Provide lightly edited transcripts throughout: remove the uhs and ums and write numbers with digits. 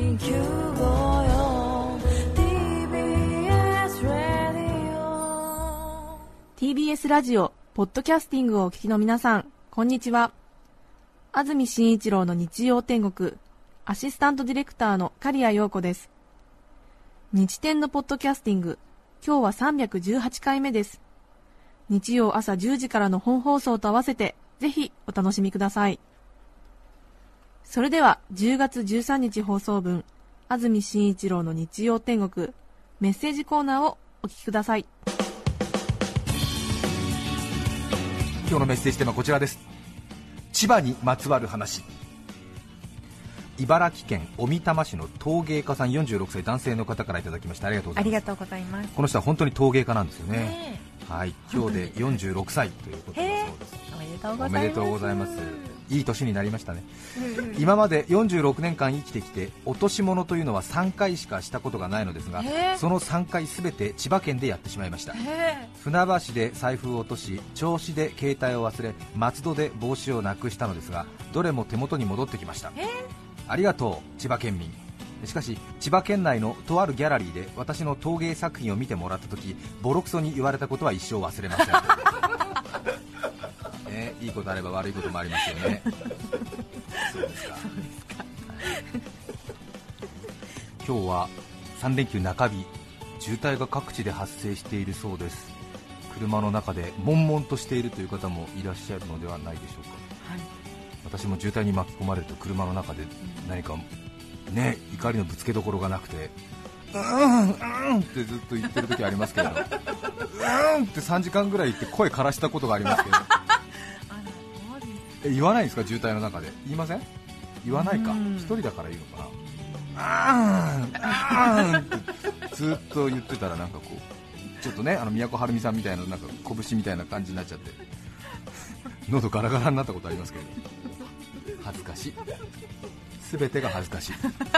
TBS ラジオポッドキャスティングをお聞きの皆さん、こんにちは。安住紳一郎の日曜天国、アシスタントディレクターの刈谷陽子です。日天のポッドキャスティング、今日は318回目です。日曜朝10時からの本放送と合わせてぜひお楽しみください。それでは10月13日放送分、安住紳一郎の日曜天国、メッセージコーナーをお聞きください。 今日のメッセージテーマはこちらです。千葉にまつわる話。茨城県小美玉市の陶芸家さん46歳男性の方からいただきました。ありがとうございます。 ありがとうございます。 この人は本当に陶芸家なんですよね。はい、今日で46歳ということだそうです。 おめでとうございます。 おめでとうございます。いい年になりましたね。今まで46年間生きてきて落とし物というのは3回しかしたことがないのですが、その3回すべて千葉県でやってしまいました。船橋で財布を落とし、銚子で携帯を忘れ、松戸で帽子をなくしたのですが、どれも手元に戻ってきました。ありがとう千葉県民。しかし千葉県内のとあるギャラリーで私の陶芸作品を見てもらったとき、ボロクソに言われたことは一生忘れません。いいことあれば悪いこともありますよね。そうですか。今日は3連休中日、渋滞が各地で発生しているそうです。車の中で悶々としているという方もいらっしゃるのではないでしょうか。私も渋滞に巻き込まれると車の中で何かね、怒りのぶつけどころがなくて、ってずっと言ってる時ありますけど、って3時間ぐらい言って声枯らしたことがありますけど。言わないんですか、渋滞の中で。言いません？言わないか、一人だから言うのかな。ってずっと言ってたら、なんかこうちょっとね、都はるみさんみたいな、なんか拳みたいな感じになっちゃって喉ガラガラになったことありますけど、恥ずかしい、全てが恥ずかしい。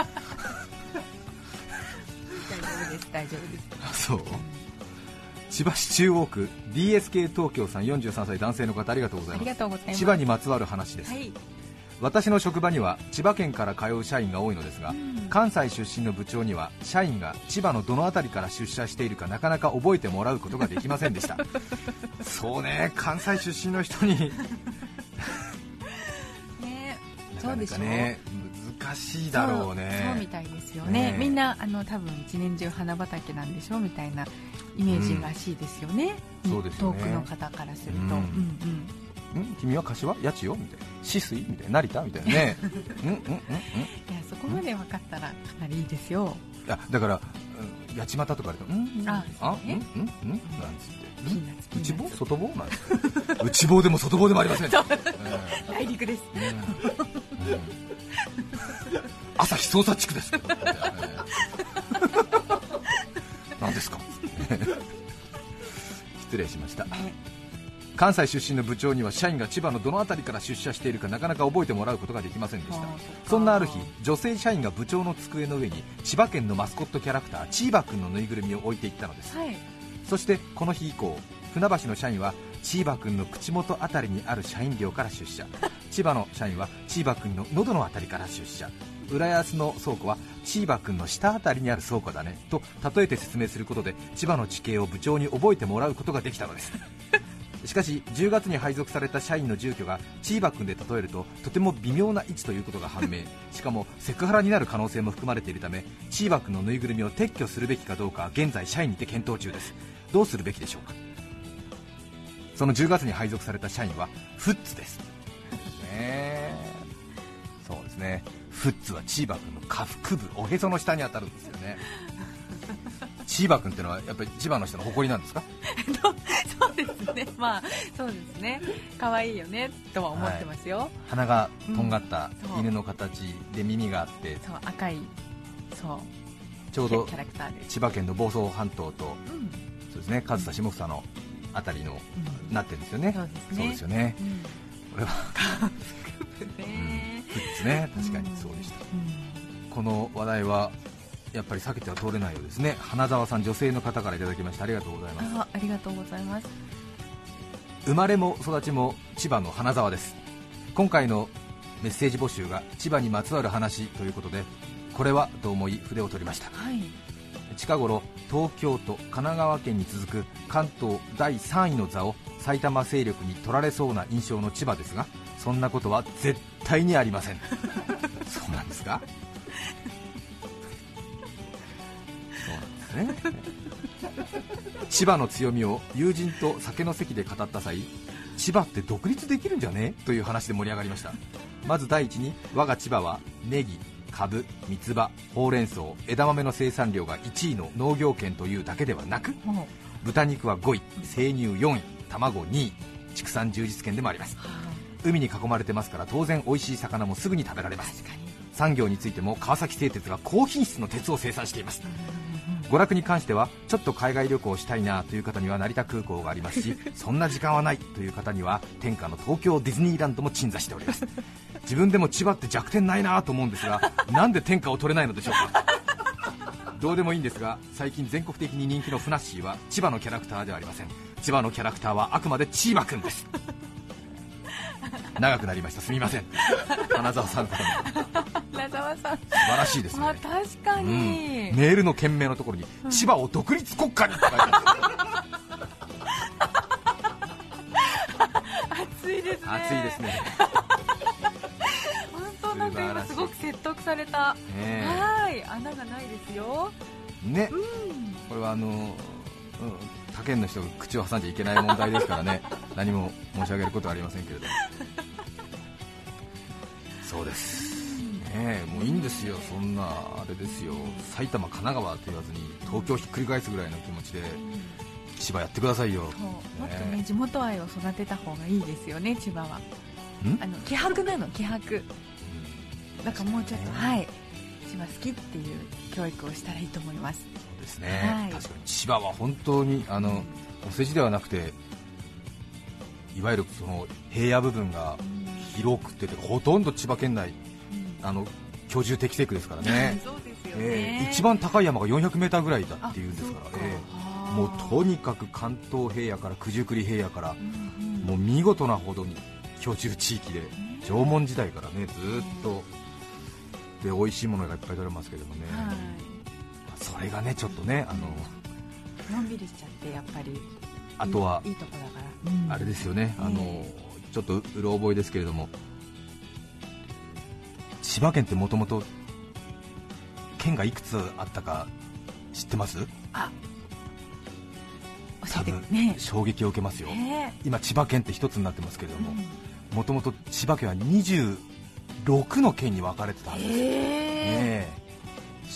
大丈夫です。 そう。千葉市中央区 DSK 東京さん43歳男性の方、ありがとうございます。 ありがとうございます。 千葉にまつわる話です。私の職場には千葉県から通う社員が多いのですが、関西出身の部長には社員が千葉のどの辺りから出社しているかなかなか覚えてもらうことができませんでした。そうね、関西出身の人にね、 そうでしょうね、難しいだろうね。 そうみたいですよね。みんな多分一年中花畑なんでしょみたいなイメージらしいですよね。そうですよね。遠くの方からすると、 君は柏八千代みたいな、止水みたいな、成田みたいなね。 いや、そこまで分かったらかなりいいですよ。 いや、だから八街とかでなんつって、内房外房なんですか。内房でも外房でもありません。 大陸です。 朝日捜査地区です。何ですか。失礼しました。関西出身の部長には社員が千葉のどの辺りから出社しているかなかなか覚えてもらうことができませんでした。そんなある日、女性社員が部長の机の上に千葉県のマスコットキャラクターチーバくんのぬいぐるみを置いていったのです。そしてこの日以降、船橋の社員はチーバくんの口元あたりにある社員寮から出社、千葉の社員はチーバくんの喉のあたりから出社、浦安の倉庫はチーバくんの下あたりにある倉庫だねと例えて説明することで、千葉の地形を部長に覚えてもらうことができたのです。しかし10月に配属された社員の住居がチーバくんで例えるととても微妙な位置ということが判明。しかもセクハラになる可能性も含まれているため、チーバくんのぬいぐるみを撤去するべきかどうか現在社員にて検討中です。どうするべきでしょうか。その10月に配属された社員はフッツです。そうですね、フッツはチーバくんの下腹部、おへその下に当たるんですよね。チーバくんってのはやっぱり千葉の人の誇りなんですか。 そうですね、まあそうですね、可愛いよねとは思ってますよ。 鼻がとんがった犬の形で耳があって、 そう赤い、そうちょうどキャラクターで千葉県の房総半島と、そうですね、上総下房のあたりの、なってるんですよね。そうですよね。これはフッツね、確かにそうでした。この話題はやっぱり避けては通れないようですね。花沢さん、女性の方からいただきました。ありがとうございます。 ありがとうございます。 生まれも育ちも千葉の花沢です。今回のメッセージ募集が千葉にまつわる話ということで、 これはと思い筆を取りました。近頃東京都神奈川県に続く関東第3位の座を埼玉勢力に取られそうな印象の千葉ですが、そんなことは絶対にありません。そうなんですか？そうなんですね。千葉の強みを友人と酒の席で語った際、千葉って独立できるんじゃねという話で盛り上がりました。まず第一に、我が千葉はネギ、カブ、三つ葉、ほうれん草、枝豆の生産量が1位の農業県というだけではなく、豚肉は5位、生乳4位、卵2位、畜産充実県でもあります。海に囲まれてますから当然美味しい魚もすぐに食べられます。産業についても川崎製鉄が高品質の鉄を生産しています。娯楽に関してはちょっと海外旅行したいなという方には成田空港がありますし、そんな時間はないという方には天下の東京ディズニーランドも鎮座しております。自分でも千葉って弱点ないなと思うんですが、なんで天下を取れないのでしょうか。どうでもいいんですが、最近全国的に人気のふなっしーは千葉のキャラクターではありません。千葉のキャラクターはあくまでチーバくんです。長くなりました、すみません。花澤さんから花澤さん素晴らしいですね。 確かに、 メールの件名のところに、千葉を独立国家にって書いてある。熱いですね。 熱いですね。 本当なんか今すごく説得された。はい、穴がないですよ。 ね、これは他県の人が口を挟んじゃいけない問題ですからね。何も申し上げることはありませんけれども。そうです、もういいんですよ、そんなあれですよ。埼玉、神奈川と言わずに東京ひっくり返すぐらいの気持ちで千葉やってくださいよ。 もっとね、地元愛を育てた方がいいですよね、千葉は。気迫なの、気迫。なんかもうちょっと、千葉好きっていう教育をしたらいいと思います。 そうですね、確かに千葉は本当にお世辞ではなくて、いわゆるその平野部分が広くて、ほとんど千葉県内、居住適正区ですからね。 そうですよね。 一番高い山が400メーターぐらいだっていうんですから、もうとにかく関東平野から九十九里平野から、もう見事なほどに居住地域で、縄文時代からねずっとで美味しいものがいっぱい取れますけどもね、それがねちょっとねのんびりしちゃって、やっぱりあとはいいとこだから、 あれですよね、ちょっとうろ覚えですけれども、千葉県ってもともと県がいくつあったか知ってます？多分衝撃を受けますよ。今千葉県って一つになってますけれども、もともと千葉県は26の県に分かれてたんです。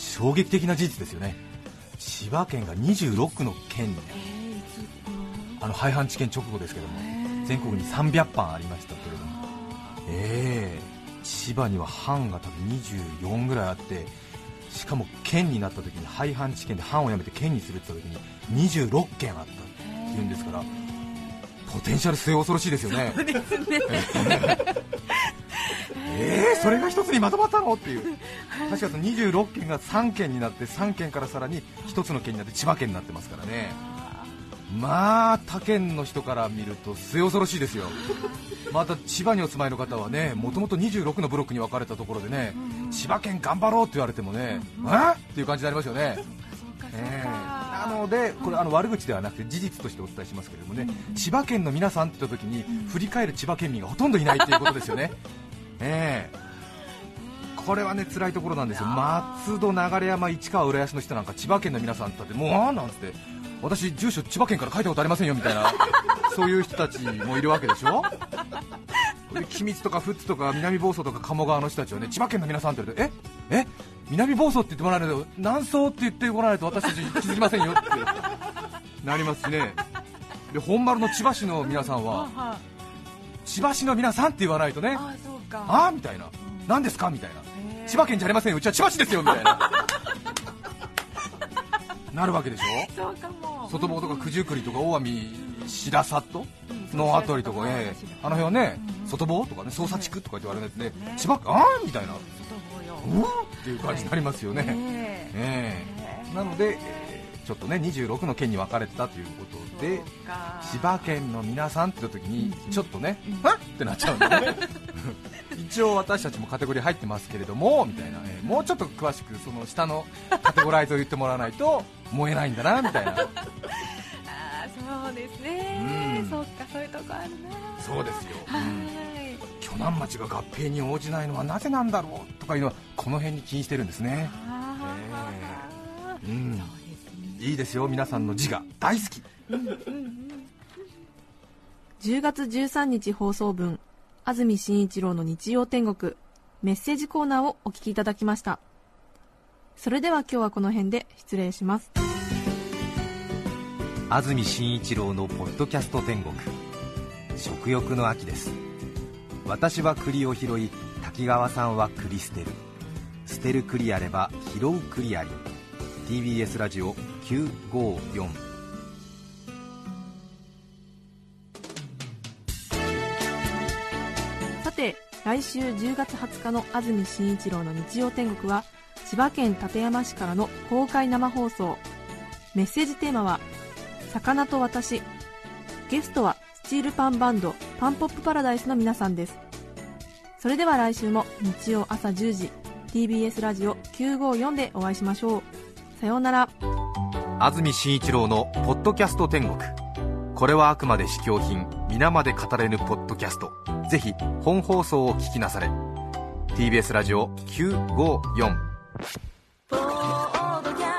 衝撃的な事実ですよね。千葉県が26の県、廃藩置県直後ですけども、全国に300藩ありましたけれども、千葉には藩が多分24ぐらいあって、しかも県になった時に廃藩置県で藩をやめて県にするって言った時に26県あったっていうんですから、ポテンシャル末恐ろしいですよね。そうですね。それが一つにまとまったのっていう。確かその26県が3県になって、3県からさらに一つの県になって千葉県になってますからね。まあ他県の人から見ると末恐ろしいですよ。また千葉にお住まいの方はね、もともと26のブロックに分かれたところでね、千葉県頑張ろうって言われてもね、っていう感じになりますよね。なのでこれ悪口ではなくて事実としてお伝えしますけれどもね、千葉県の皆さんって言った時に振り返る千葉県民がほとんどいないということですよね。これはね辛いところなんですよ。松戸、流山、市川、浦安の人なんか千葉県の皆さんってもうなんつって、私住所千葉県から書いたことありませんよみたいなそういう人たちもいるわけでしょ。君津とか富津とか南房総とか鴨川の人たちはね、千葉県の皆さんって言われて、南房総って言ってもらわないと、南総って言ってもらわないと私たち気づきませんよってなりますしね。で本丸の千葉市の皆さんは千葉市の皆さんって言わないとね、みたいな、何ですかみたいな、千葉県じゃありませんよ、うちは千葉市ですよみたいななるわけでしょ。 そうかも。 外房とか九十九里とか大網白里のあたりとか、あの辺はね、外房とかね、捜査地区とか言われないとね、千葉みたいな、っていう感じになりますよね。なので、 ちょっとね26の県に分かれてたということで、千葉県の皆さんって言った時にちょっとね、ってなっちゃうんでね一応私たちもカテゴリー入ってますけれどもみたいな、もうちょっと詳しくその下のカテゴライズを言ってもらわないと燃えないんだなみたいなそうですね、そっか、そういうとこあるな。 そうですよ、鋸南町が合併に応じないのはなぜなんだろうとかいうのはこの辺に起因してるんですね。いいですよ、皆さんの字が大好き。 10月13日放送分、安住紳一郎の日曜天国メッセージコーナーをお聞きいただきました。それでは今日はこの辺で失礼します。 安住紳一郎のポッドキャスト天国、食欲の秋です。私は栗を拾い、滝川さんは栗捨てる。捨てる栗あれば拾う栗あり。 TBS ラジオ954。 さて、来週10月20日の安住紳一郎の日曜天国は千葉県館山市からの公開生放送。メッセージテーマは魚と私。ゲストはスチールパンバンドパンポップパラダイスの皆さんです。それでは来週も日曜朝10時 TBS ラジオ954でお会いしましょう。さようなら。 安住紳一郎のポッドキャスト天国、これはあくまで試供品、皆まで語れぬポッドキャスト。ぜひ本放送を聞きなされ。 TBS ラジオ954。